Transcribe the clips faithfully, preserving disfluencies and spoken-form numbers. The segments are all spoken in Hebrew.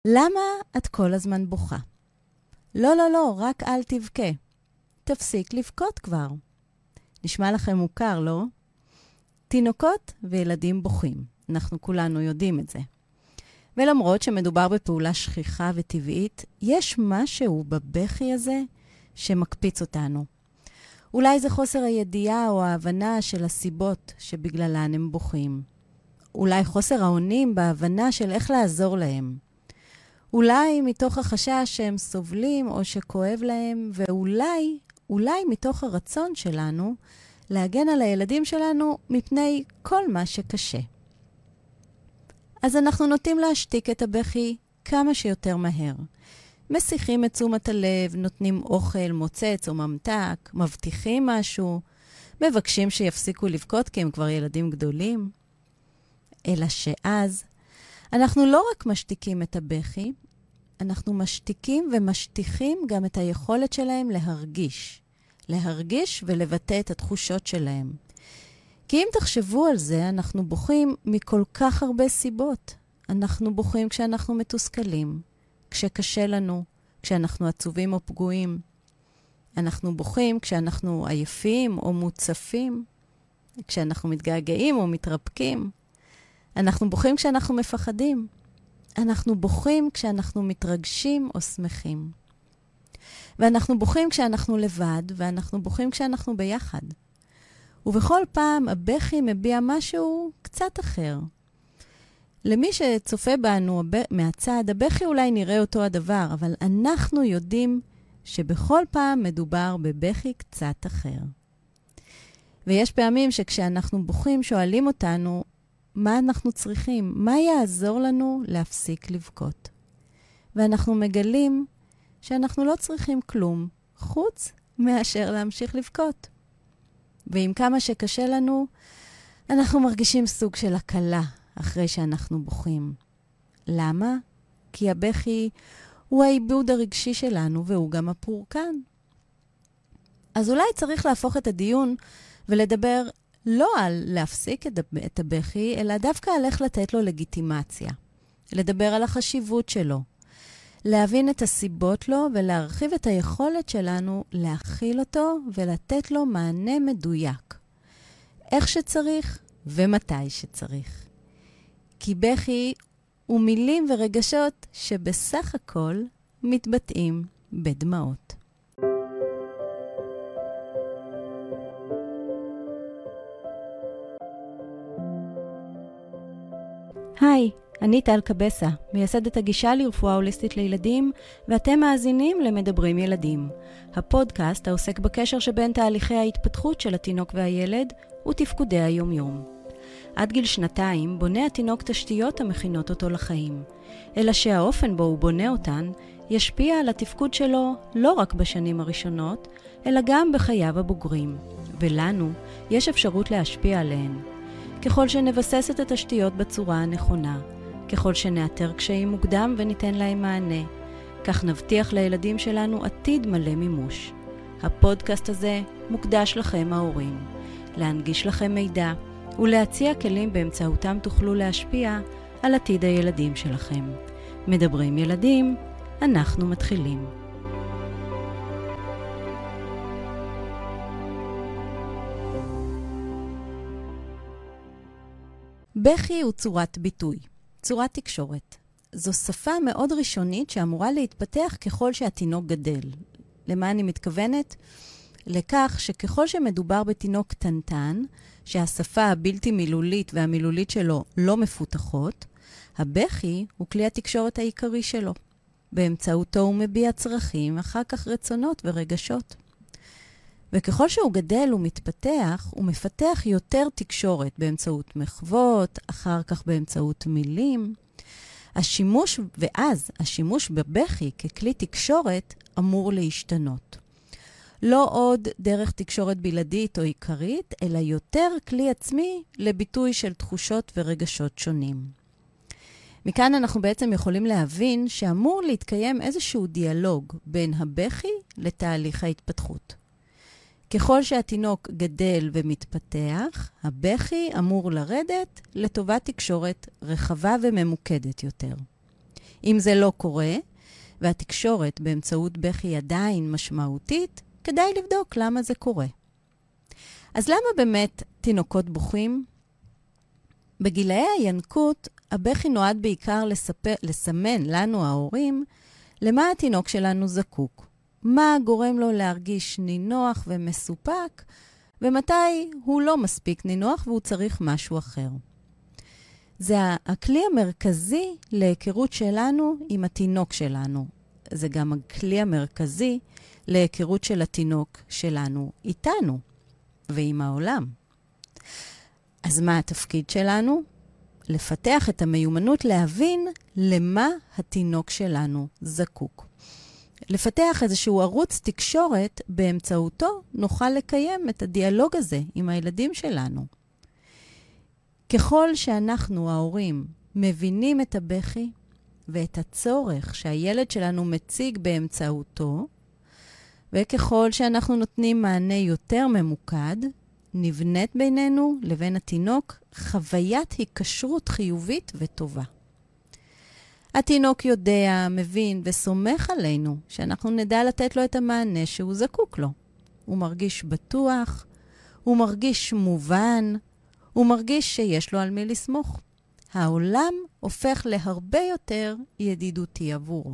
למה את כל הזמן בוכה? לא, לא, לא, רק אל תבכה. תפסיק לבכות כבר. נשמע לכם מוכר, לא? תינוקות וילדים בוכים. אנחנו כולנו יודעים את זה. ולמרות שמדובר בפעולה שכיחה וטבעית, יש משהו בבכי הזה שמקפיץ אותנו. אולי זה חוסר הידיעה או ההבנה של הסיבות שבגללן הם בוכים. אולי חוסר האונים בהבנה של איך לעזור להם. אולי מתוך החשש שהם סובלים או שכואב להם, ואולי, אולי מתוך הרצון שלנו להגן על הילדים שלנו מפני כל מה שקשה. אז אנחנו נוטים להשתיק את הבכי כמה שיותר מהר. מסיחים את תשומת הלב, נותנים אוכל, מוצץ או ממתק, מבטיחים משהו, מבקשים שיפסיקו לבכות כי הם כבר ילדים גדולים. אלא שאז אנחנו לא רק משתיקים את הבכי, אנחנו משתיקים ומשתיכים גם את היכולת שלהם להרגיש. להרגיש ולבטא את התחושות שלהם. כי אם תחשבו על זה, אנחנו בוכים מכל כך הרבה סיבות. אנחנו בוכים כשאנחנו מתוסכלים, כשקשה לנו, כשאנחנו עצובים או פגועים. אנחנו בוכים כשאנחנו עייפים או מוצפים, כשאנחנו מתגעגעים או מתרפקים. אנחנו בוכים כשאנחנו מפחדים. אנחנו בוכים כשאנחנו מתרגשים או שמחים. ואנחנו בוכים כשאנחנו לבד, ואנחנו בוכים כשאנחנו ביחד. ובכל פעם הבכי מביע משהו קצת אחר. למי שצופה בנו מהצד, הבכי אולי נראה אותו הדבר, אבל אנחנו יודעים שבכל פעם מדובר בבכי קצת אחר. ויש פעמים שכשאנחנו בוכים שואלים אותנו, מה אנחנו צריכים? מה יעזור לנו להפסיק לבכות? ואנחנו מגלים שאנחנו לא צריכים כלום, חוץ מאשר להמשיך לבכות. ועם כמה שקשה לנו, אנחנו מרגישים סוג של הקלה אחרי שאנחנו בוכים. למה? כי הבכי הוא העיבוד הרגשי שלנו והוא גם הפורקן. אז אולי צריך להפוך את הדיון ולדבר לא על להפסיק את הבכי, אלא דווקא על איך לתת לו לגיטימציה. לדבר על החשיבות שלו. להבין את הסיבות לו ולהרחיב את היכולת שלנו להכיל אותו ולתת לו מענה מדויק. איך שצריך ומתי שצריך. כי בכי הוא מילים ורגשות שבסך הכל מתבטאים בדמעות. היי, אני טל קבסה, מייסדת הגישה לרפואה הוליסטית לילדים, ואתם מאזינים למדברים ילדים. הפודקאסט העוסק בקשר שבין תהליכי ההתפתחות של התינוק והילד ותפקודי היומיום. עד גיל שנתיים בונה התינוק תשתיות המכינות אותו לחיים, אלא שהאופן בו הוא בונה אותן ישפיע על התפקוד שלו לא רק בשנים הראשונות, אלא גם בחייו הבוגרים, ולנו יש אפשרות להשפיע עליהן. ככל שנבסס את התשתיות בצורה הנכונה, ככל שנאתר קשיים מוקדם וניתן להם מענה, כך נבטיח לילדים שלנו עתיד מלא מימוש. הפודקאסט הזה מוקדש לכם ההורים, להנגיש לכם מידע ולהציע כלים באמצעותם תוכלו להשפיע על עתיד הילדים שלכם. מדברים ילדים, אנחנו מתחילים. בכי הוא צורת ביטוי, צורת תקשורת. זו שפה מאוד ראשונית שאמורה להתפתח ככל שהתינוק גדל. למה אני מתכוונת? לכך שככל שמדובר בתינוק קטנטן, שהשפה הבלתי מילולית והמילולית שלו לא מפותחות, הבכי הוא כלי התקשורת העיקרי שלו. באמצעותו הוא מביע צרכים, אחר כך רצונות ורגשות. וככל שהוא גדל ומתפתח, הוא מפתח יותר תקשורת באמצעות מחוות, אחר כך באמצעות מילים. השימוש, ואז השימוש בבכי ככלי תקשורת אמור להשתנות. לא עוד דרך תקשורת בלעדית או עיקרית, אלא יותר כלי עצמי לביטוי של תחושות ורגשות שונים. מכאן אנחנו בעצם יכולים להבין שאמור להתקיים איזשהו דיאלוג בין הבכי לתהליך ההתפתחות. ככל שהתינוק גדל ומתפתח, הבכי אמור לרדת לטובת תקשורת רחבה וממוקדת יותר. אם זה לא קורה, והתקשורת באמצעות בכי עדיין משמעותית, כדאי לבדוק למה זה קורה. אז למה באמת תינוקות בוכים? בגילאי הינקות, הבכי נועד בעיקר לספר, לסמן לנו ההורים למה התינוק שלנו זקוק. מה גורם לו להרגיש נינוח ומסופק, ומתי הוא לא מספיק נינוח והוא צריך משהו אחר. זה הכלי המרכזי להיכרות שלנו עם התינוק שלנו. זה גם הכלי המרכזי להיכרות של התינוק שלנו איתנו ועם העולם. אז מה התפקיד שלנו? לפתח את המיומנות להבין למה התינוק שלנו זקוק. לפתח איזשהו ערוץ תקשורת באמצעותו נוכל לקיים את הדיאלוג הזה עם הילדים שלנו. ככל שאנחנו, ההורים, מבינים את הבכי ואת הצורך שהילד שלנו מציג באמצעותו, וככל שאנחנו נותנים מענה יותר ממוקד, נבנית בינינו לבין התינוק חוויית היקשרות חיובית וטובה. התינוק יודע, מבין וסומך עלינו שאנחנו נדע לתת לו את המענה שהוא זקוק לו. הוא מרגיש בטוח, הוא מרגיש מובן, הוא מרגיש שיש לו על מי לסמוך. העולם הופך להרבה יותר ידידותי עבורו.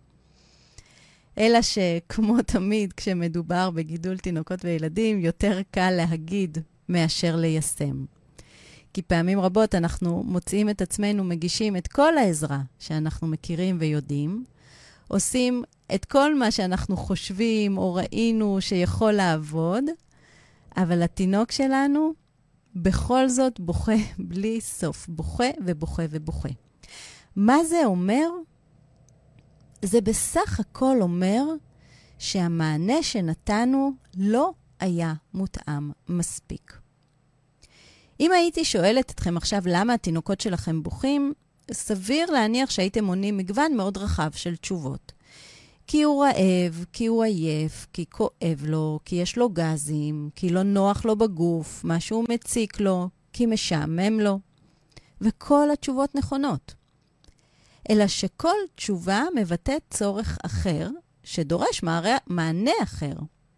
אלא שכמו תמיד כשמדובר בגידול תינוקות וילדים, יותר קל להגיד מאשר ליישם. כי פעמים רבות אנחנו מוצאים את עצמנו מגישים את כל העזרה שאנחנו מכירים ויודעים, עושים את כל מה שאנחנו חושבים או ראינו שיכול לעבוד, אבל התינוק שלנו בכל זאת בוכה בלי סוף, בוכה ובוכה ובוכה. מה זה אומר? זה בסך הכל אומר שהמענה שנתנו לא היה מותאם מספיק. אם הייתי שואלת אתכם עכשיו למה התינוקות שלכם בוכים, סביר להניח שהייתם עונים מגוון מאוד רחב של תשובות. כי הוא רעב, כי הוא עייף, כי כואב לו, כי יש לו גזים, כי לא נוח לו בגוף, משהו מציק לו, כי משעמם לו. וכל התשובות נכונות. אלא שכל תשובה מבטאת צורך אחר, שדורש מענה אחר.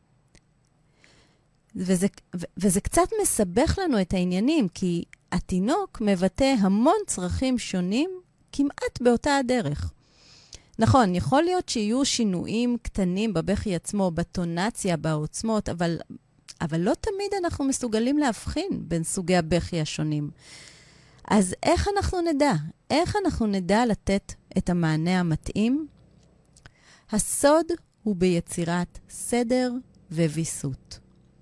וזה, וזה קצת מסבך לנו את העניינים, כי התינוק מבטא המון צרכים שונים כמעט באותה הדרך. נכון, יכול להיות שיהיו שינויים קטנים בבכי עצמו, בטונציה, בעוצמות, אבל, אבל לא תמיד אנחנו מסוגלים להבחין בין סוגי הבכי השונים. אז איך אנחנו נדע? איך אנחנו נדע לתת את המענה המתאים? הסוד הוא ביצירת סדר וויסות.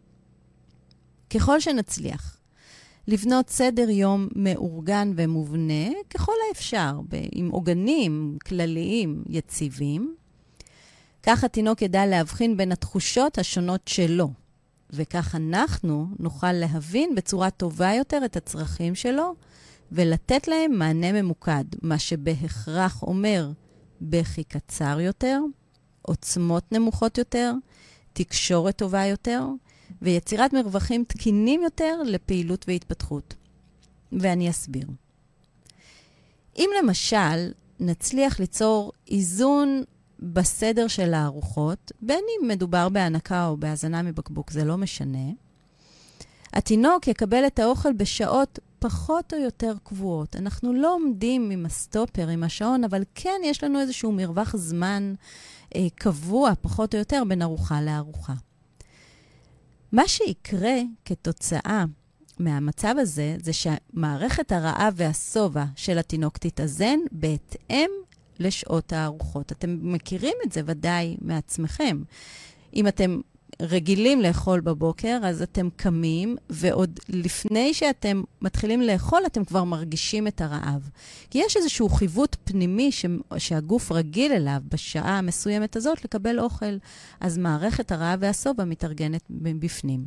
ככל שנצליח לבנות סדר יום מאורגן ומובנה, ככל האפשר, עם עוגנים כלליים יציבים, כך התינוק ידע להבחין בין התחושות השונות שלו, וכך אנחנו נוכל להבין בצורה טובה יותר את הצרכים שלו, ולתת להם מענה ממוקד, מה שבהכרח אומר בכי קצר יותר, עוצמות נמוכות יותר, תקשורת טובה יותר, ויצירת מרווחים תקינים יותר לפעילות והתפתחות. ואני אסביר. אם למשל נצליח ליצור איזון בסדר של הארוחות, בין אם מדובר בהנקה או בהזנה מבקבוק, זה לא משנה, התינוק יקבל את האוכל בשעות פחות או יותר קבועות. אנחנו לא עומדים עם הסטופר, עם השעון, אבל כן יש לנו איזשהו מרווח זמן אה, קבוע, פחות או יותר, בין ארוחה לארוחה. מה שיקרה כתוצאה מהמצב הזה, זה שמערכת הרעב והסובה של התינוק תתאזן בהתאם לשעות הארוחות. אתם מכירים את זה ודאי מעצמכם. אם אתם רגילים לאכול בבוקר, אז אתם קמים, ועוד לפני שאתם מתחילים לאכול, אתם כבר מרגישים את הרעב. כי יש איזשהו חיווט פנימי ש... שהגוף רגיל אליו בשעה המסוימת הזאת לקבל אוכל, אז מערכת הרעב והסובה מתארגנת בפנים.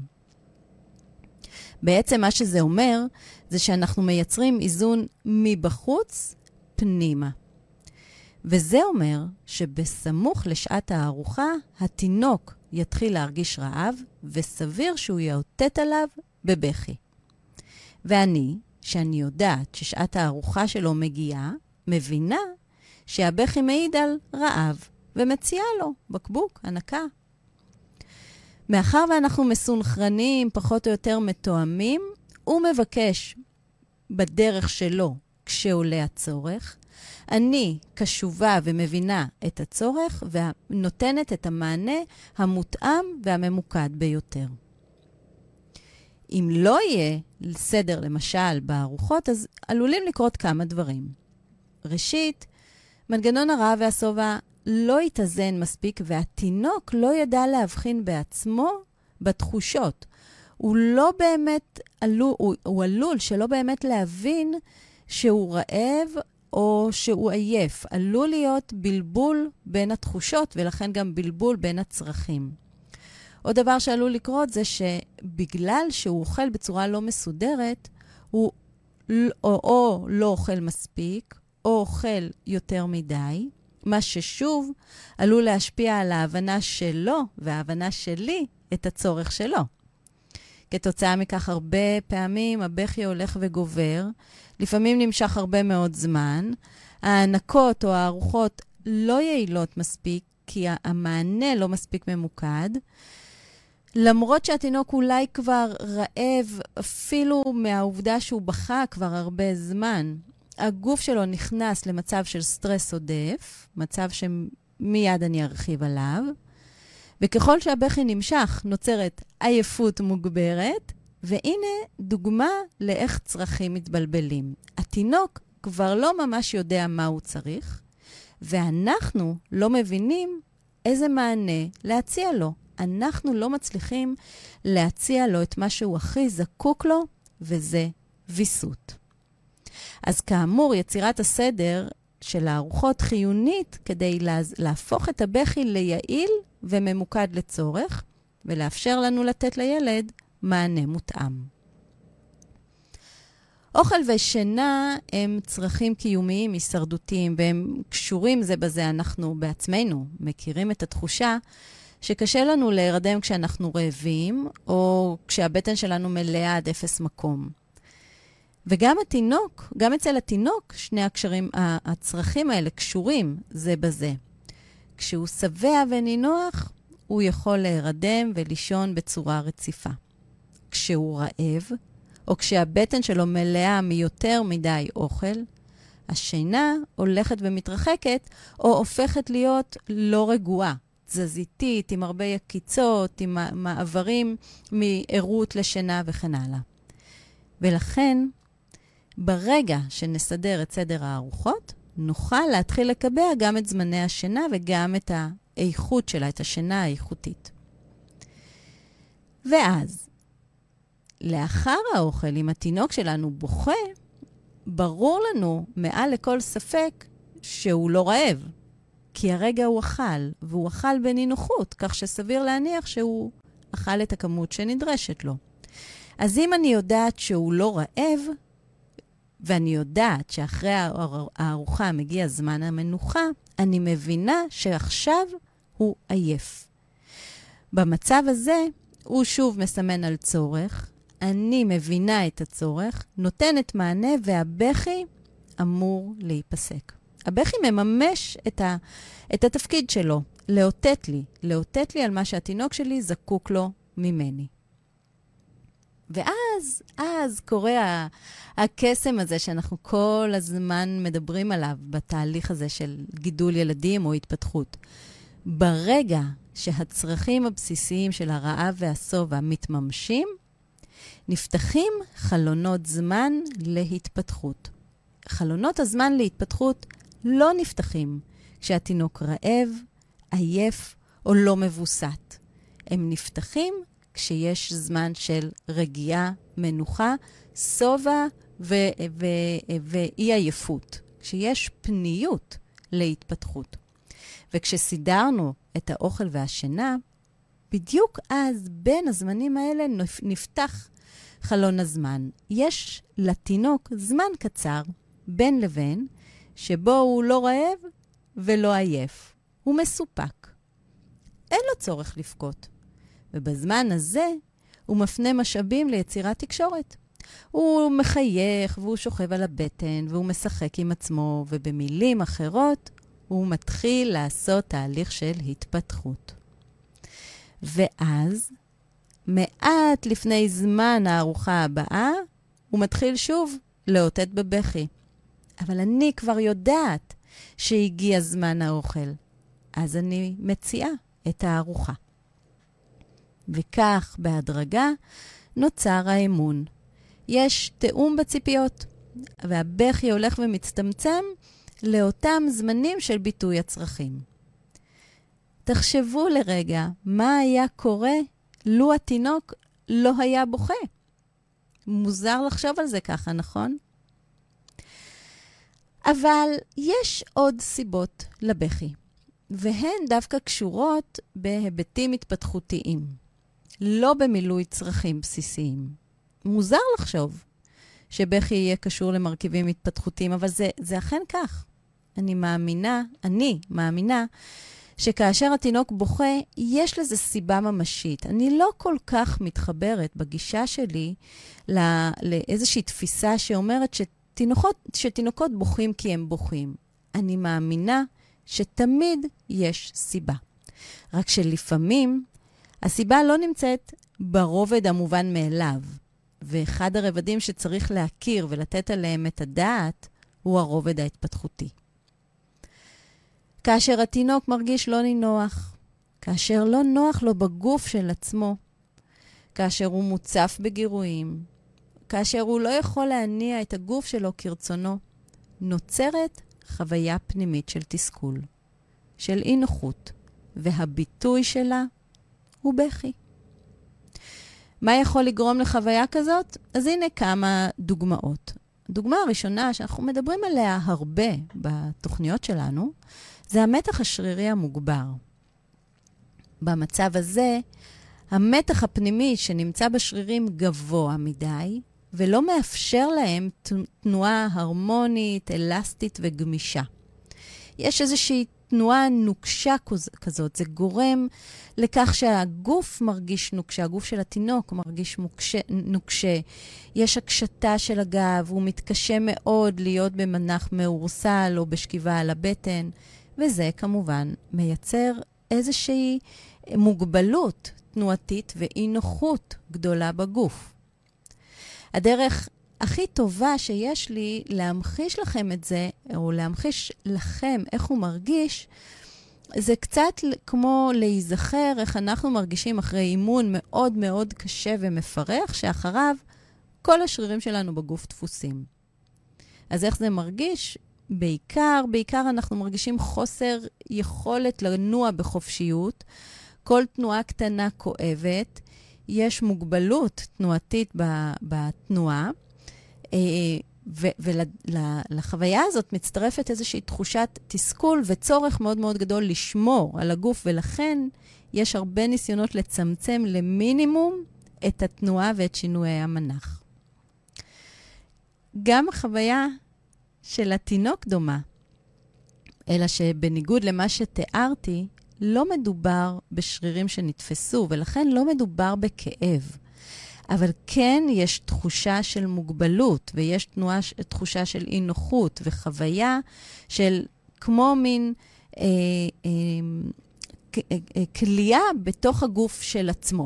בעצם מה שזה אומר, זה שאנחנו מייצרים איזון מבחוץ פנימה. וזה אומר שבסמוך לשעת הארוחה, התינוק יתחיל להרגיש רעב, וסביר שהוא יאותת עליו בבכי. ואני, שאני יודעת ששעת הארוחה שלו מגיעה, מבינה שהבכי מעיד על רעב, ומציעה לו בקבוק, הנקה. מאחר ואנחנו מסונכרנים, פחות או יותר מתואמים, הוא מבקש בדרך שלו כשעולה הצורך. אני קשובה ומבינה את הצורך ונותנת את המענה המותאם והממוקד ביותר. אם לא יהיה סדר למשל בארוחות, אז עלולים לקרות כמה דברים. ראשית, מנגנון הרעב והשובע לא יתאזן מספיק והתינוק לא ידע להבחין בעצמו בתחושות. הוא לא באמת עלול, הוא, הוא עלול שלא באמת להבין שהוא רעב או שהוא עייף. עלול להיות בלבול בין התחושות ולכן גם בלבול בין הצרכים. עוד דבר שעלול לקרות זה שבגלל שהוא אוכל בצורה לא מסודרת, הוא או, או לא אוכל מספיק או אוכל יותר מדי, מה ששוב עלול להשפיע על ההבנה שלו וההבנה שלי את הצורך שלו. כתוצאה מכך הרבה פעמים הבכי הולך וגובר, לפעמים נמשך הרבה מאוד זמן, ההנקות או הארוחות לא יעילות מספיק כי המענה לא מספיק ממוקד, למרות שהתינוק אולי כבר רעב אפילו מהעובדה שהוא בכה כבר הרבה זמן, הגוף שלו נכנס למצב של סטרס עודף, מצב שמיד אני ארחיב עליו, וככל שהבכי נמשך נוצרת עייפות מוגברת, והנה דוגמה לאיך צרכים מתבלבלים. התינוק כבר לא ממש יודע מה הוא צריך, ואנחנו לא מבינים איזה מענה להציע לו. אנחנו לא מצליחים להציע לו את מה שהוא הכי זקוק לו, וזה ויסות. אז כאמור, יצירת הסדר של הארוחות חיונית כדי להפוך את הבכי ליעיל וממוקד לצורך, ולאפשר לנו לתת לילד מענה מותאם. אוכל ושינה הם צרכים קיומיים, הישרדותיים, והם קשורים זה בזה. אנחנו בעצמנו מכירים את התחושה שקשה לנו להירדם כשאנחנו רעבים, או כשהבטן שלנו מלאה עד אפס מקום. וגם התינוק, גם אצל התינוק, שני הקשרים, הצרכים האלה קשורים זה בזה. כשהוא שבע ונינוח, הוא יכול להירדם ולישון בצורה רציפה. כשהוא רעב, או כשהבטן שלו מלאה מיותר מדי אוכל, השינה הולכת ומתרחקת, או הופכת להיות לא רגועה, תזזיתית, עם הרבה יקיצות, עם מעברים מעירות לשינה וכן הלאה. ולכן, ברגע שנסדר את סדר הארוחות, נוכל להתחיל לקבע גם את זמני השינה וגם את האיכות שלה, את השינה האיכותית. ואז, לאחר האוכל, אם התינוק שלנו בוכה, ברור לנו מעל לכל ספק שהוא לא רעב. כי הרגע הוא אכל, והוא אכל בנינוחות, כך שסביר להניח שהוא אכל את הכמות שנדרשת לו. אז אם אני יודעת שהוא לא רעב, ואני יודעת שאחרי הארוחה מגיע זמן המנוחה, אני מבינה שעכשיו הוא עייף. במצב הזה, הוא שוב מסמן על צורך, אני מבינה את הצורך, נותנת מענה, והבכי אמור להיפסק. הבכי מממש את, ה, את התפקיד שלו, לאותת לי, לאותת לי על מה שהתינוק שלי זקוק לו ממני. ואז, אז קורה הקסם הזה שאנחנו כל הזמן מדברים עליו בתהליך הזה של גידול ילדים או התפתחות. ברגע שהצרכים הבסיסיים של הרעב והשובע מתממשים, נפתחים חלונות זמן להתפתחות. חלונות הזמן להתפתחות לא נפתחים כשהתינוק רעב, עייף או לא מבוסת. הם נפתחים כשיש זמן של רגיעה, מנוחה, שובע ו- ו- ואי עייפות. כשיש פניות להתפתחות. וכשסידרנו את האוכל והשינה, בדיוק אז בין הזמנים האלה נפתח חלון הזמן. יש לתינוק זמן קצר בין לבין, שבו הוא לא רעב ולא עייף. הוא מסופק. אין לו צורך לבכות. ובזמן הזה הוא מפנה משאבים ליצירת תקשורת. הוא מחייך והוא שוכב על הבטן והוא משחק עם עצמו, ובמילים אחרות הוא מתחיל לעשות תהליך של התפתחות. ואז, מעט לפני זמן הארוחה הבאה, הוא מתחיל שוב לאותת בבכי. אבל אני כבר יודעת שהגיע זמן האוכל, אז אני מציעה את הארוחה. וכך בהדרגה נוצר האמון. יש תאום בציפיות, והבכי הולך ומצטמצם לאותם זמנים של ביטוי הצרכים. תחשבו לרגע מה היה קורה לו התינוק לא היה בוכה. מוזר לחשוב על זה ככה, נכון? אבל יש עוד סיבות לבכי, והן דווקא קשורות בהיבטים התפתחותיים, לא במילוי צרכים בסיסיים. מוזר לחשוב שבכי יהיה קשור למרכיבים התפתחותיים, אבל זה, זה אכן כך. אני מאמינה, אני מאמינה, שכאשר התינוק בוכה, יש לזה סיבה ממשית. אני לא כל כך מתחברת בגישה שלי לא, לאיזושהי תפיסה שאומרת שתינוקות, שתינוקות בוכים כי הם בוכים. אני מאמינה שתמיד יש סיבה. רק שלפעמים הסיבה לא נמצאת ברובד המובן מאליו, ואחד הרבדים שצריך להכיר ולתת עליהם את הדעת הוא הרובד ההתפתחותי. כאשר התינוק מרגיש לא נינוח, כאשר לא נוח לו בגוף של עצמו, כאשר הוא מוצף בגירויים, כאשר הוא לא יכול להניע את הגוף שלו כרצונו, נוצרת חוויה פנימית של תסכול, של אי נוחות, והביטוי שלה הוא בכי. מה יכול לגרום לחוויה כזאת? אז הנה כמה דוגמאות. הדוגמה הראשונה שאנחנו מדברים עליה הרבה בתוכניות שלנו, זה המתח השרירי המוגבר. במצב הזה, המתח הפנימי שנמצא בשרירים גבוה מדי, ולא מאפשר להם תנועה הרמונית, אלסטית וגמישה. יש איזושהי תנועה נוקשה כזאת, זה גורם לכך שהגוף מרגיש נוקשה, הגוף של התינוק מרגיש מוקשה, נוקשה. יש הקשתה של הגב, הוא מתקשה מאוד להיות במנח מאורסל או בשכיבה על הבטן, וזה כמובן מייצר איזושהי מוגבלות תנועתית ואי נוחות גדולה בגוף. הדרך הכי טובה שיש לי להמחיש לכם את זה, או להמחיש לכם איך הוא מרגיש, זה קצת כמו להיזכר איך אנחנו מרגישים אחרי אימון מאוד מאוד קשה ומפרח, שאחריו כל השרירים שלנו בגוף דפוסים. אז איך זה מרגיש? בעיקר, בעיקר אנחנו מרגישים חוסר יכולת לנוע בחופשיות, כל תנועה קטנה כואבת, יש מוגבלות תנועתית בתנועה, ולחוויה הזאת מצטרפת איזושהי תחושת תסכול וצורך מאוד מאוד גדול לשמור על הגוף, ולכן יש הרבה ניסיונות לצמצם למינימום את התנועה ואת שינויי המנח. גם החוויה של התינוק דומה, אלא שבניגוד למה שתיארתי, לא מדובר בשרירים שנתפסו, ולכן לא מדובר בכאב. אבל כן יש תחושה של מוגבלות, ויש תנועה, תחושה של אי נוחות, וחוויה של כמו מין אה, אה, אה, כלייה בתוך הגוף של עצמו.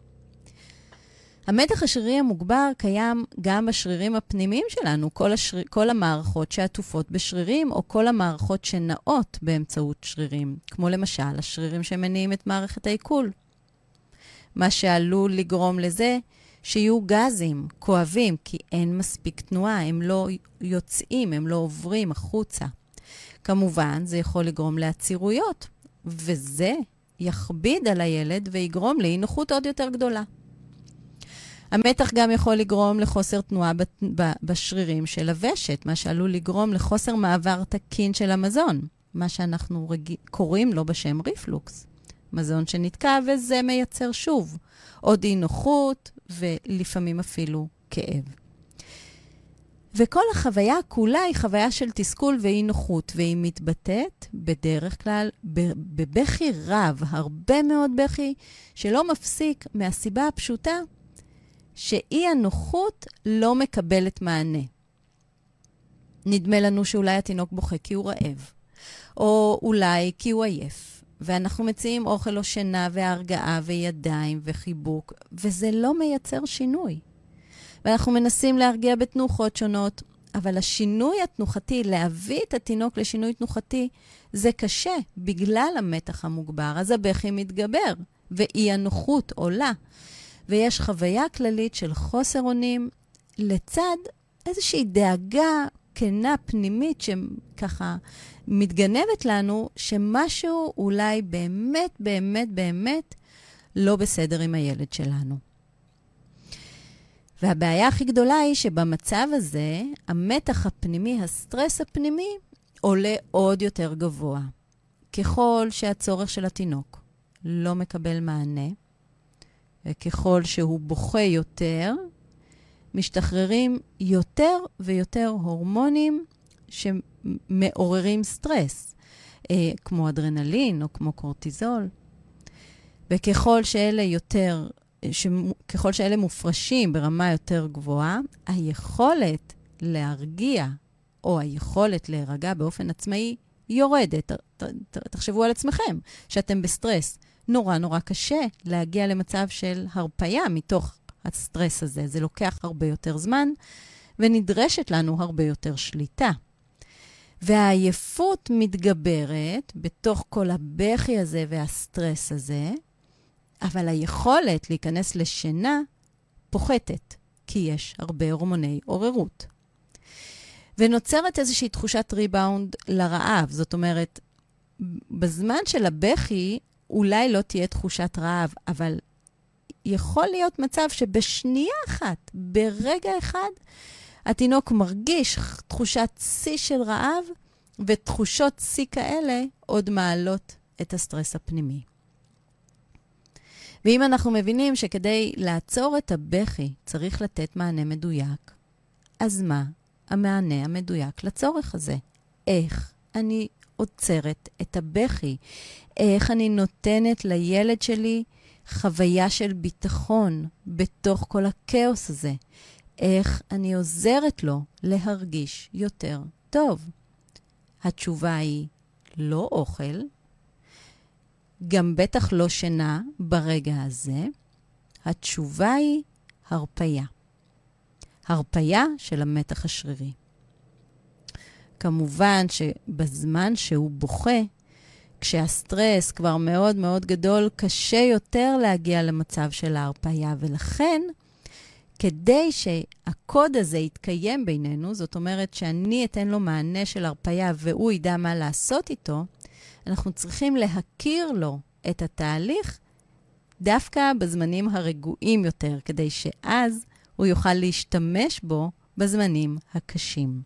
המתח השרירי המוגבר קיים גם בשרירים הפנימיים שלנו, כל, השריר, כל המערכות שעטופות בשרירים, או כל המערכות שנעות באמצעות שרירים, כמו למשל השרירים שמניעים את מערכת העיכול. מה שעלול לגרום לזה שיהיו גזים, כואבים, כי אין מספיק תנועה, הם לא יוצאים, הם לא עוברים החוצה. כמובן, זה יכול לגרום לעצירויות, וזה יכביד על הילד ויגרום לאי נוחות עוד יותר גדולה. המתח גם יכול לגרום לחוסר תנועה בשרירים של הוושט, מה שעלול לגרום לחוסר מעבר תקין של המזון, מה שאנחנו רג... קוראים לו בשם ריפלוקס. מזון שנתקע, וזה מייצר שוב עוד אי נוחות ולפעמים אפילו כאב. וכל החוויה כולה היא חוויה של תסכול ואי נוחות, והיא מתבטאת בדרך כלל בבכי רב, הרבה מאוד בכי, שלא מפסיק מהסיבה הפשוטה שאי הנוחות לא מקבלת מענה. נדמה לנו שאולי התינוק בוכה כי הוא רעב, או אולי כי הוא עייף, ואנחנו מציעים אוכל או שינה והרגעה וידיים וחיבוק, וזה לא מייצר שינוי. ואנחנו מנסים להרגיע בתנוחות שונות, אבל השינוי התנוחתי, להביא את התינוק לשינוי תנוחתי, זה קשה בגלל המתח המוגבר. אז הבכי מתגבר, ואי הנוחות עולה. ויש חוויה כללית של חוסר אונים, לצד איזושהי דאגה כנה פנימית שככה מתגנבת לנו, שמשהו אולי באמת, באמת, באמת לא בסדר עם הילד שלנו. והבעיה הכי גדולה היא שבמצב הזה, המתח הפנימי, הסטרס הפנימי, עולה עוד יותר גבוה. ככל שהצורך של התינוק לא מקבל מענה, וככל שהוא בוכה יותר, משתחררים יותר ויותר הורמונים שמעוררים סטרס, אה, כמו אדרנלין או כמו קורטיזול. וככל שאלה יותר, ככל שאלה מופרשים ברמה יותר גבוהה, היכולת להרגיע או היכולת להירגע באופן עצמאי יורדת. ת, ת, תחשבו על עצמכם, שאתם בסטרס. נורא נורא קשה להגיע למצב של הרפיה מתוך הסטרס הזה. זה לוקח הרבה יותר זמן, ונדרשת לנו הרבה יותר שליטה. והעייפות מתגברת בתוך כל הבכי הזה והסטרס הזה, אבל היכולת להיכנס לשינה פוחתת, כי יש הרבה הורמוני עוררות. ונוצרת איזושהי תחושת ריבאונד לרעב. זאת אומרת, בזמן של הבכי אולי לא תהיה תחושת רעב, אבל יכול להיות מצב שבשנייה אחת, ברגע אחד, התינוק מרגיש תחושת שיא של רעב, ותחושות שיא כאלה עוד מעלות את הסטרס הפנימי. ואם אנחנו מבינים שכדי לעצור את הבכי צריך לתת מענה מדויק, אז מה המענה המדויק לצורך הזה? איך אני עוצרת את הבכי? איך אני נותנת לילד שלי חוויה של ביטחון בתוך כל הכאוס הזה? איך אני עוזרת לו להרגיש יותר טוב? התשובה היא לא אוכל, גם בטח לא שינה ברגע הזה. התשובה היא הרפיה. הרפיה של המתח השרירי. כמובן שבזמן שהוא בוכה, כשהסטרס כבר מאוד מאוד גדול, קשה יותר להגיע למצב של ההרפיה, ולכן כדי שהקוד הזה יתקיים בינינו, זאת אומרת שאני אתן לו מענה של הרפיה והוא ידע מה לעשות איתו, אנחנו צריכים להכיר לו את התהליך דווקא בזמנים הרגועים יותר, כדי שאז הוא יוכל להשתמש בו בזמנים הקשים.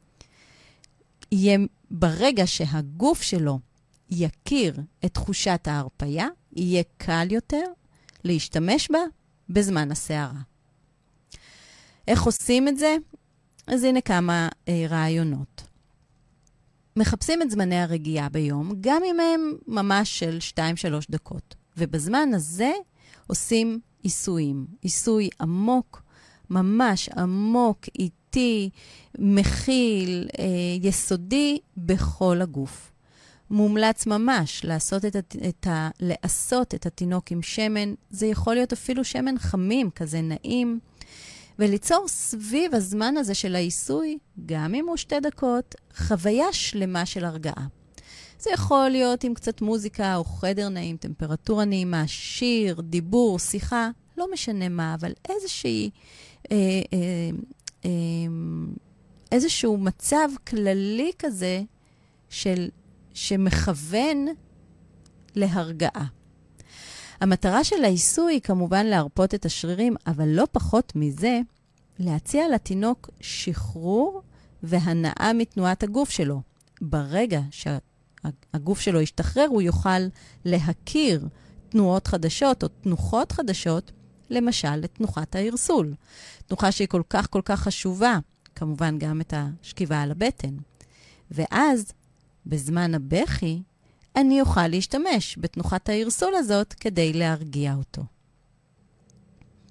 יהיה ברגע שהגוף שלו יכיר את תחושת ההרפיה, יהיה קל יותר להשתמש בה בזמן הסערה. איך עושים את זה? אז הנה כמה אה, רעיונות. מחפשים את זמני הרגיעה ביום, גם אם הם ממש של שתיים שלוש דקות. ובזמן הזה עושים עיסויים. עיסוי עמוק, ממש עמוק, איטי, מכיל, אה, יסודי בכל הגוף. מומלץ ממש לעשות את, את, ה, לעשות את התינוק עם שמן. זה יכול להיות אפילו שמן חמים, כזה נעים. וליצור סביב הזמן הזה של העיסוי, גם אם הוא שתי דקות, חוויה שלמה של הרגעה. זה יכול להיות עם קצת מוזיקה או חדר נעים, טמפרטורה נעימה, שיר, דיבור, שיחה, לא משנה מה, אבל איזושהי, אה, אה, אה, איזשהו מצב כללי כזה של, שמכוון להרגעה. המטרה של העיסוי היא כמובן להרפות את השרירים, אבל לא פחות מזה, להציע לתינוק שחרור והנאה מתנועת הגוף שלו. ברגע שהגוף שלו ישתחרר, הוא יוכל להכיר תנועות חדשות או תנוחות חדשות, למשל לתנוחת ההרסול. תנוחה שהיא כל כך כל כך חשובה, כמובן גם את השכיבה על הבטן. ואז, בזמן הבכי, אני אוכל להשתמש בתנוחת ההרסול הזאת כדי להרגיע אותו.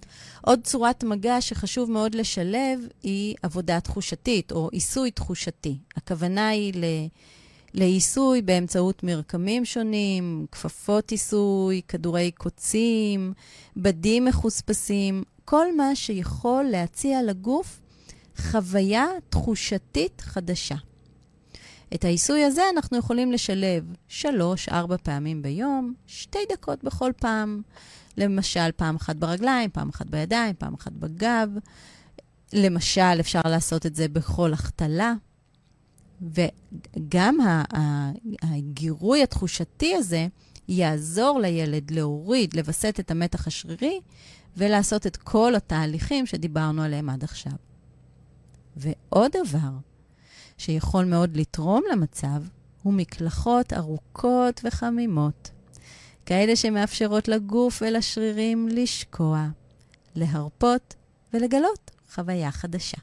עוד צורת מגע שחשוב מאוד לשלב היא עבודה תחושתית או עיסוי תחושתי. הכוונה היא ל... לעיסוי באמצעות מרקמים שונים, כפפות עיסוי, כדורי קוצים, בדים מחוספסים, כל מה שיכול להציע לגוף חוויה תחושתית חדשה. את העיסוי הזה אנחנו יכולים לשלב שלוש, ארבע פעמים ביום, שתי דקות בכל פעם. למשל, פעם אחת ברגליים, פעם אחת בידיים, פעם אחת בגב. למשל, אפשר לעשות את זה בכל החתלה. וגם הגירוי התחושתי הזה יעזור לילד להוריד, לבסט את המתח השרירי, ולעשות את כל התהליכים שדיברנו עליהם עד עכשיו. ועוד דבר שיכול מאוד לתרום למצב, הוא מקלחות ארוכות וחמימות, כאלה שמאפשרות לגוף ולשרירים לשקוע, להרפות ולגלות חוויה חדשה.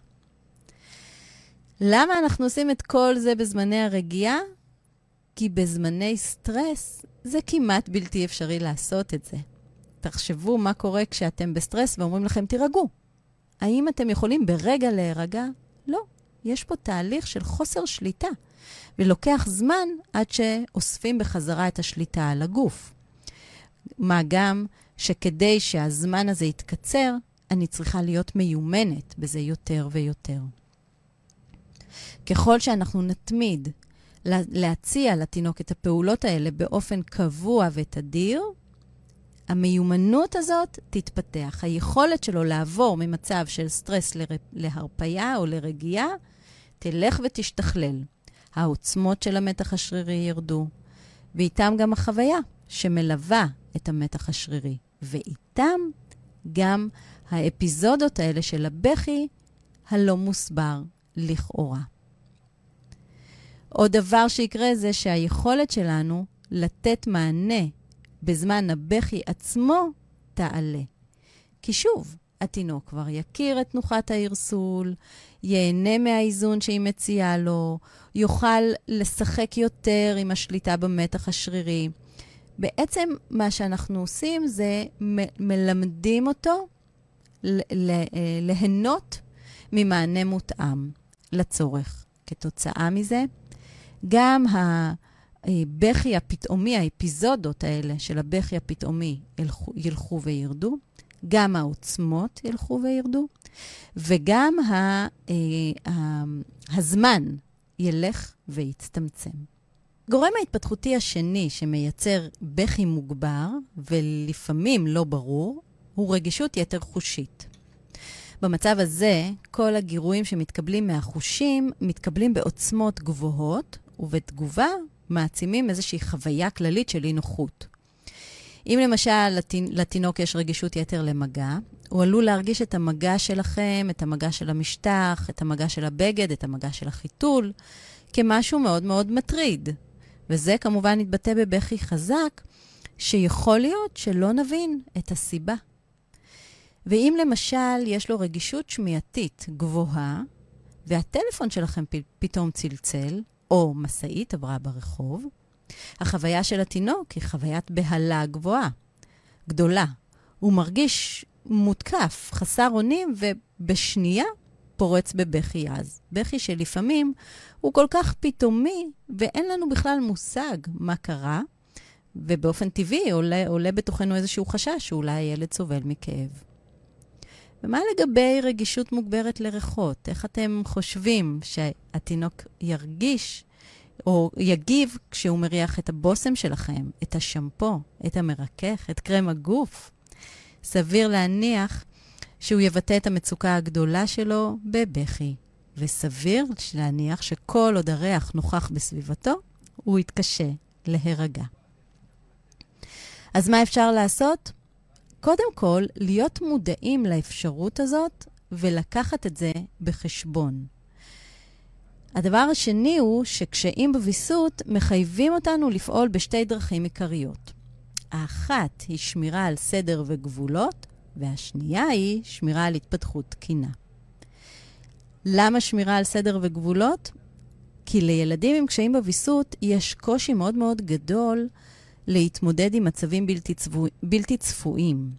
למה אנחנו עושים את כל זה בזמני הרגיעה? כי בזמני סטרס זה כמעט בלתי אפשרי לעשות את זה. תחשבו מה קורה כשאתם בסטרס ואומרים לכם תירגעו. האם אתם יכולים ברגע להירגע? לא. יש פה תהליך של חוסר שליטה, ולוקח זמן עד שאוספים בחזרה את השליטה על הגוף. מה גם שכדי שהזמן הזה יתקצר, אני צריכה להיות מיומנת בזה יותר ויותר. ככל שאנחנו נתמיד להציע לתינוק את הפעולות האלה באופן קבוע ותדיר, המיומנות הזאת תתפתח. היכולת שלו לעבור ממצב של סטרס להרפיה או לרגיעה, תלך ותשתכלל. העוצמות של המתח השרירי ירדו, ואיתם גם החוויה שמלווה את המתח השרירי. ואיתם גם האפיזודות האלה של הבכי הלא מוסבר לכאורה. עוד דבר שיקרה זה שהיכולת שלנו לתת מענה בזמן הבכי עצמו תעלה. כי שוב, התינוק כבר יכיר את תנוחת ההרסול, ייהנה מהאיזון שהיא מציעה לו, יוכל לשחק יותר עם השליטה במתח השרירי. בעצם מה שאנחנו עושים זה מ- מלמדים אותו ליהנות ממענה מותאם לצורך. כתוצאה מזה, גם הבכי הפתאומי, האפיזודות האלה של הבכי הפתאומי ילכו, ילכו וירדו, גם העוצמות ילכו וירדו, וגם ה, ה, הזמן ילך ויצטמצם. גורם ההתפתחותי השני שמייצר בכי מוגבר, ולפעמים לא ברור, הוא רגישות יתר חושית. במצב הזה, כל הגירויים שמתקבלים מהחושים מתקבלים בעוצמות גבוהות, ובתגובה מעצימים איזושהי חוויה כללית של אי נוחות. אם למשל לתינוק יש רגישות יתר למגע, הוא עלול להרגיש את המגע שלכם, את המגע של המשטח, את המגע של הבגד, את המגע של החיתול, כמשהו מאוד מאוד מטריד. וזה כמובן יתבטא בבכי חזק, שיכול להיות שלא נבין את הסיבה. ואם למשל יש לו רגישות שמיעתית גבוהה, והטלפון שלכם פ- פתאום צלצל, או מסעית עברה ברחוב, החוויה של התינוק היא חוויית בהלה גבוהה, גדולה. הוא מרגיש מותקף, חסר אונים, ובשנייה פורץ בבכי עז. בכי שלפעמים הוא כל כך פתאומי, ואין לנו בכלל מושג מה קרה, ובאופן טבעי עולה, עולה בתוכנו איזשהו חשש שאולי הילד סובל מכאב. ומה לגבי רגישות מוגברת לריחות? איך אתם חושבים שהתינוק ירגיש או יגיב כשהוא מריח את הבוסם שלכם, את השמפו, את המרכך, את קרם הגוף? סביר להניח שהוא יבטא את המצוקה הגדולה שלו בבכי, וסביר להניח שכל עוד הריח נוכח בסביבתו, הוא יתקשה להירגע. אז מה אפשר לעשות? קודם כל, להיות מודעים לאפשרות הזאת ולקחת את זה בחשבון. הדבר השני הוא שקשיים בוויסות מחייבים אותנו לפעול בשתי דרכים עיקריות. האחת היא שמירה על סדר וגבולות, והשנייה היא שמירה על התפתחות תקינה. למה שמירה על סדר וגבולות? כי לילדים עם קשיים בוויסות יש קושי מאוד מאוד גדול להתמודד עם מצבים בלתי צפו... בלתי צפויים.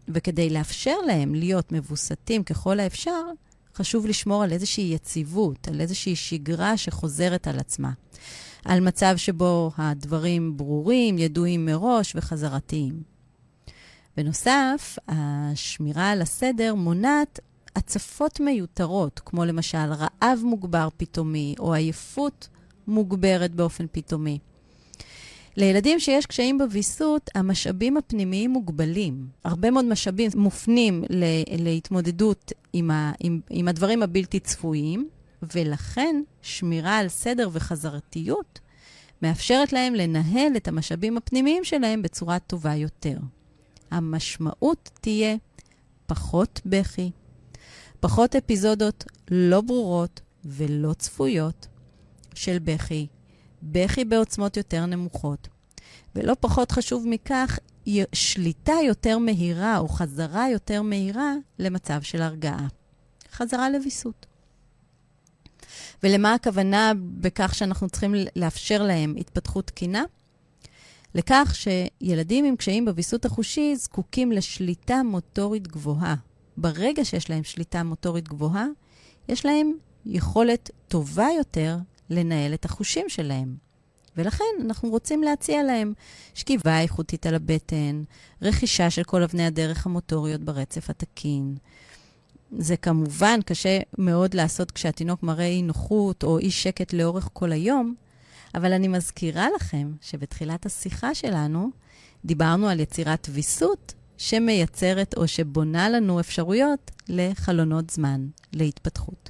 וכדי לאפשר להם להיות מבוסתים ככל האפשר, חשוב לשמור על איזושהי יציבות, על איזושהי שגרה שחוזרת על עצמה. על מצב שבו הדברים ברורים, ידועים מראש וחזרתיים. בנוסף, השמירה על הסדר מונעת הצפות מיותרות, כמו למשל רעב מוגבר פתאומי, או עייפות מוגברת באופן פתאומי. לילדים שיש קשיים בוויסות, המשאבים הפנימיים מוגבלים. הרבה מאוד משאבים מופנים ל- להתמודדות עם, ה- עם, עם הדברים הבלתי צפויים, ולכן שמירה על סדר וחזרתיות מאפשרת להם לנהל את המשאבים הפנימיים שלהם בצורה טובה יותר. המשמעות תהיה פחות בכי, פחות אפיזודות לא ברורות ולא צפויות של בכי, בכי בעוצמות יותר נמוכות. ולא פחות חשוב מכך, שליטה יותר מהירה או חזרה יותר מהירה למצב של הרגעה. חזרה לוויסות. ולמה הכוונה בכך שאנחנו צריכים לאפשר להם התפתחות תקינה? לכך שילדים עם קשיים בוויסות החושי זקוקים לשליטה מוטורית גבוהה. ברגע שיש להם שליטה מוטורית גבוהה, יש להם יכולת טובה יותר לנהל את החושים שלהם. ולכן אנחנו רוצים להציע להם שכיבה איכותית על הבטן, רכישה של כל אבני הדרך המוטוריות ברצף התקין. זה כמובן קשה מאוד לעשות כשהתינוק מראה אי נוחות או אי שקט לאורך כל היום, אבל אני מזכירה לכם שבתחילת השיחה שלנו דיברנו על יצירת ויסות שמייצרת או שבונה לנו אפשרויות לחלונות זמן, להתפתחות.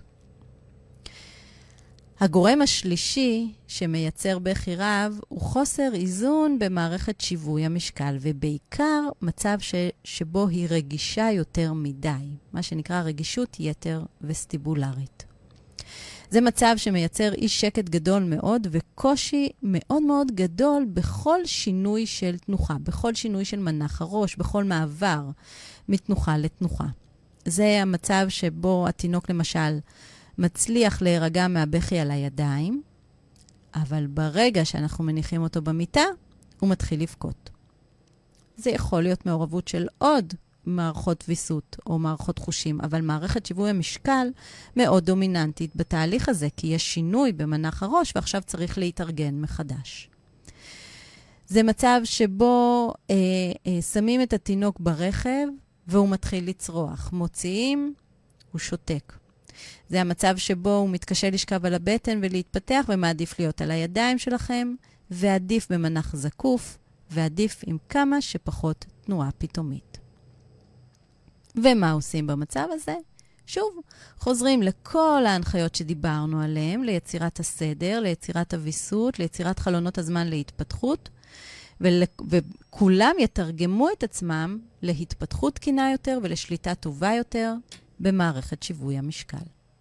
הגורם השלישי שמייצר בכי רב הוא חוסר איזון במערכת שיווי המשקל, ובעיקר מצב ש... שבו היא רגישה יותר מדי, מה שנקרא רגישות יתר וסטיבולרית. זה מצב שמייצר אי שקט גדול מאוד וקושי מאוד מאוד גדול בכל שינוי של תנוחה, בכל שינוי של מנח הראש, בכל מעבר מתנוחה לתנוחה. זה המצב שבו התינוק למשל מצליח להירגע מהבכי על הידיים, אבל ברגע שאנחנו מניחים אותו במיטה, הוא מתחיל לבכות. זה יכול להיות מעורבות של עוד מערכות ויסות או מערכות חושים, אבל מערכת שיווי המשקל מאוד דומיננטית בתהליך הזה, כי יש שינוי במנח הראש ועכשיו צריך להתארגן מחדש. זה מצב שבו אה, אה, שמים את התינוק ברכב והוא מתחיל לצרוח. מוציאים, הוא שותק. זה המצב שבו הוא מתקשה לשכב על הבטן ולהתפתח ומעדיף להיות על הידיים שלכם, ועדיף במנח זקוף, ועדיף עם כמה שפחות תנועה פתאומית. ומה עושים במצב הזה? שוב, חוזרים לכל ההנחיות שדיברנו עליהן, ליצירת הסדר, ליצירת הוויסות, ליצירת חלונות הזמן להתפתחות, ול... וכולם יתרגמו את עצמם להתפתחות תקינה יותר ולשליטה טובה יותר במערכת שיווי המשקל.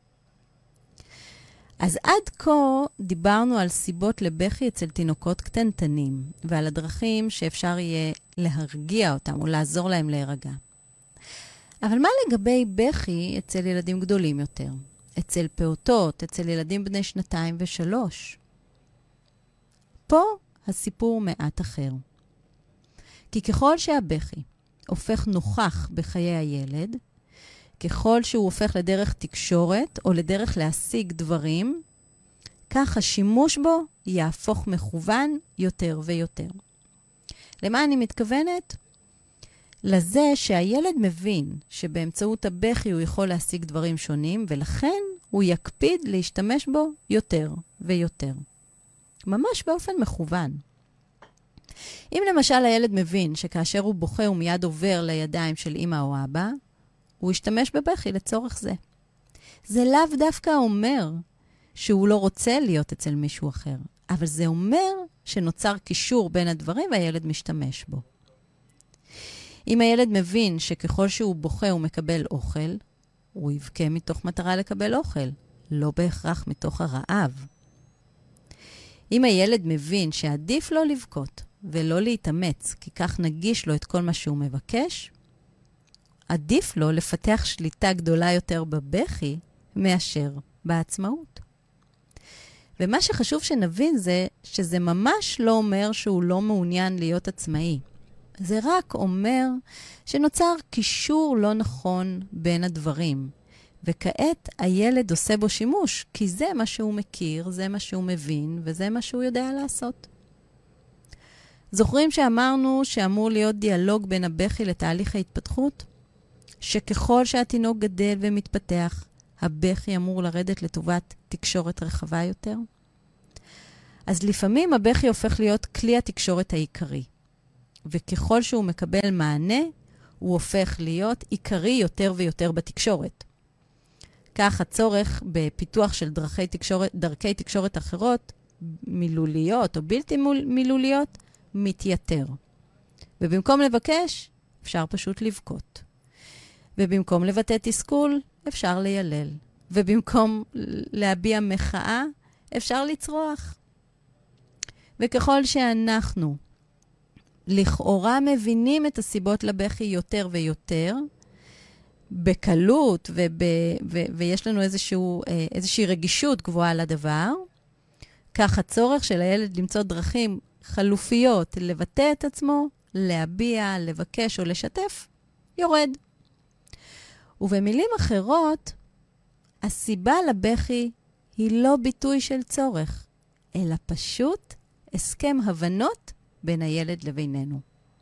אז עד כה דיברנו על סיבות לבכי אצל תינוקות קטנטנים, ועל הדרכים שאפשר יהיה להרגיע אותם או לעזור להם להירגע. אבל מה לגבי בכי אצל ילדים גדולים יותר? אצל פעוטות, אצל ילדים בני שנתיים ושלוש? פה הסיפור מעט אחר. כי ככל שהבכי הופך נוכח בחיי הילד, ככל שהוא הופך לדרך תקשורת או לדרך להשיג דברים, כך השימוש בו יהפוך מכוון יותר ויותר. למה אני מתכוונת? לזה שהילד מבין שבאמצעות הבכי הוא יכול להשיג דברים שונים, ולכן הוא יקפיד להשתמש בו יותר ויותר. ממש באופן מכוון. אם למשל הילד מבין שכאשר הוא בוכה הוא מיד עובר לידיים של אמא או אבא, הוא ישתמש בבכי לצורך זה. זה לאו דווקא אומר שהוא לא רוצה להיות אצל מישהו אחר, אבל זה אומר שנוצר קישור בין הדברים והילד משתמש בו. אם הילד מבין שככל שהוא בוכה הוא מקבל אוכל, הוא יבכה מתוך מטרה לקבל אוכל, לא בהכרח מתוך הרעב. אם הילד מבין שעדיף לו לבכות ולא להתאמץ, כי כך נגיש לו את כל מה שהוא מבקש, עדיף לו לפתח שליטה גדולה יותר בבכי מאשר בעצמאות. ומה שחשוב שנבין זה שזה ממש לא אומר שהוא לא מעוניין להיות עצמאי. זה רק אומר שנוצר קישור לא נכון בין הדברים. וכעת הילד עושה בו שימוש, כי זה מה שהוא מכיר, זה מה שהוא מבין, וזה מה שהוא יודע לעשות. זוכרים שאמרנו שאמור להיות דיאלוג בין הבכי לתהליך ההתפתחות? שככל שהתינוק גדל ומתפתח, הבכי אמור לרדת לטובת תקשורת רחבה יותר? אז לפעמים הבכי הופך להיות כלי התקשורת העיקרי. וככל שהוא מקבל מענה, הוא הופך להיות עיקרי יותר ויותר בתקשורת. כך הצורך בפיתוח של דרכי תקשורת, דרכי תקשורת אחרות, מילוליות או בלתי מילוליות, מתייתר. ובמקום לבקש, אפשר פשוט לבכות. ובמקום לבטא תסכול, אפשר לילל. ובמקום להביע מחאה, אפשר לצרוח. וככל שאנחנו לכאורה מבינים את הסיבות לבכי יותר ויותר, בקלות וב, ו, ויש לנו איזשהו, איזושהי רגישות גבוהה לדבר, כך הצורך של הילד למצוא דרכים חלופיות לבטא את עצמו, להביע, לבקש או לשתף, יורד. ובמילים אחרות, הסיבה לבכי היא לא ביטוי של צורך, אלא פשוט הסכם הבנות בין הילד לבינינו.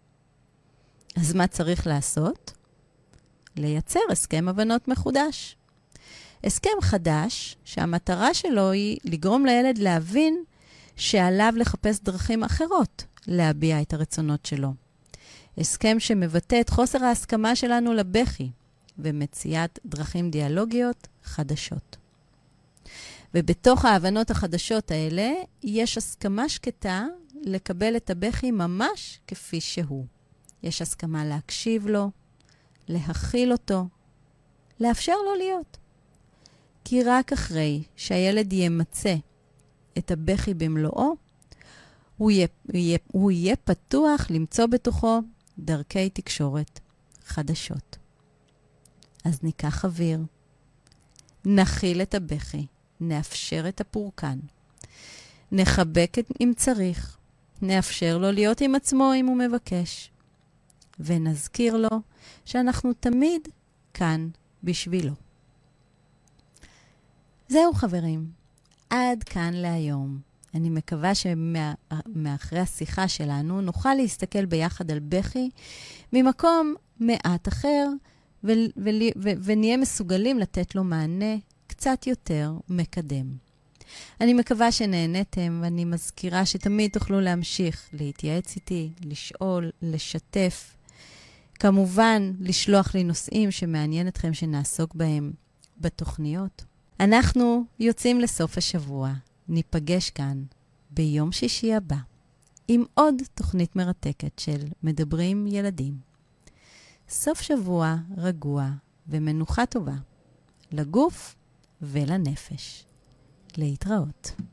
אז מה צריך לעשות? לייצר הסכם הבנות מחודש. הסכם חדש, שהמטרה שלו היא לגרום לילד להבין שעליו לחפש דרכים אחרות להביע את הרצונות שלו. הסכם שמבטא את חוסר ההסכמה שלנו לבכי, ומציאת דרכים דיאלוגיות חדשות. ובתוך ההבנות החדשות האלה, יש הסכמה שקטה לקבל את הבכי ממש כפי שהוא. יש הסכמה להקשיב לו, להכיל אותו, לאפשר לו להיות. כי רק אחרי שהילד ימצא את הבכי במלואו, הוא יהיה, הוא יהיה, הוא יהיה פתוח למצוא בתוכו דרכי תקשורת חדשות. אז ניקח אוויר, נכיל את הבכי, נאפשר את הפורקן, נחבק את, אם צריך, נאפשר לו להיות עם עצמו אם הוא מבקש, ונזכיר לו שאנחנו תמיד כאן בשבילו. זהו חברים, עד כאן להיום. אני מקווה שמאחרי השיחה שלנו נוכל להסתכל ביחד על בכי ממקום מעט אחר, ו- ו- ו- ונהיה מסוגלים לתת לו מענה קצת יותר מקדם. אני מקווה שנהנתם, ואני מזכירה שתמיד תוכלו להמשיך להתייעץ איתי, לשאול, לשתף. כמובן, לשלוח לי נושאים שמעניין אתכם שנעסוק בהם בתוכניות. אנחנו יוצאים לסוף השבוע. ניפגש כאן ביום שישי הבא עם עוד תוכנית מרתקת של מדברים ילדים. סוף שבוע רגוע ומנוחה טובה לגוף ולנפש. להתראות.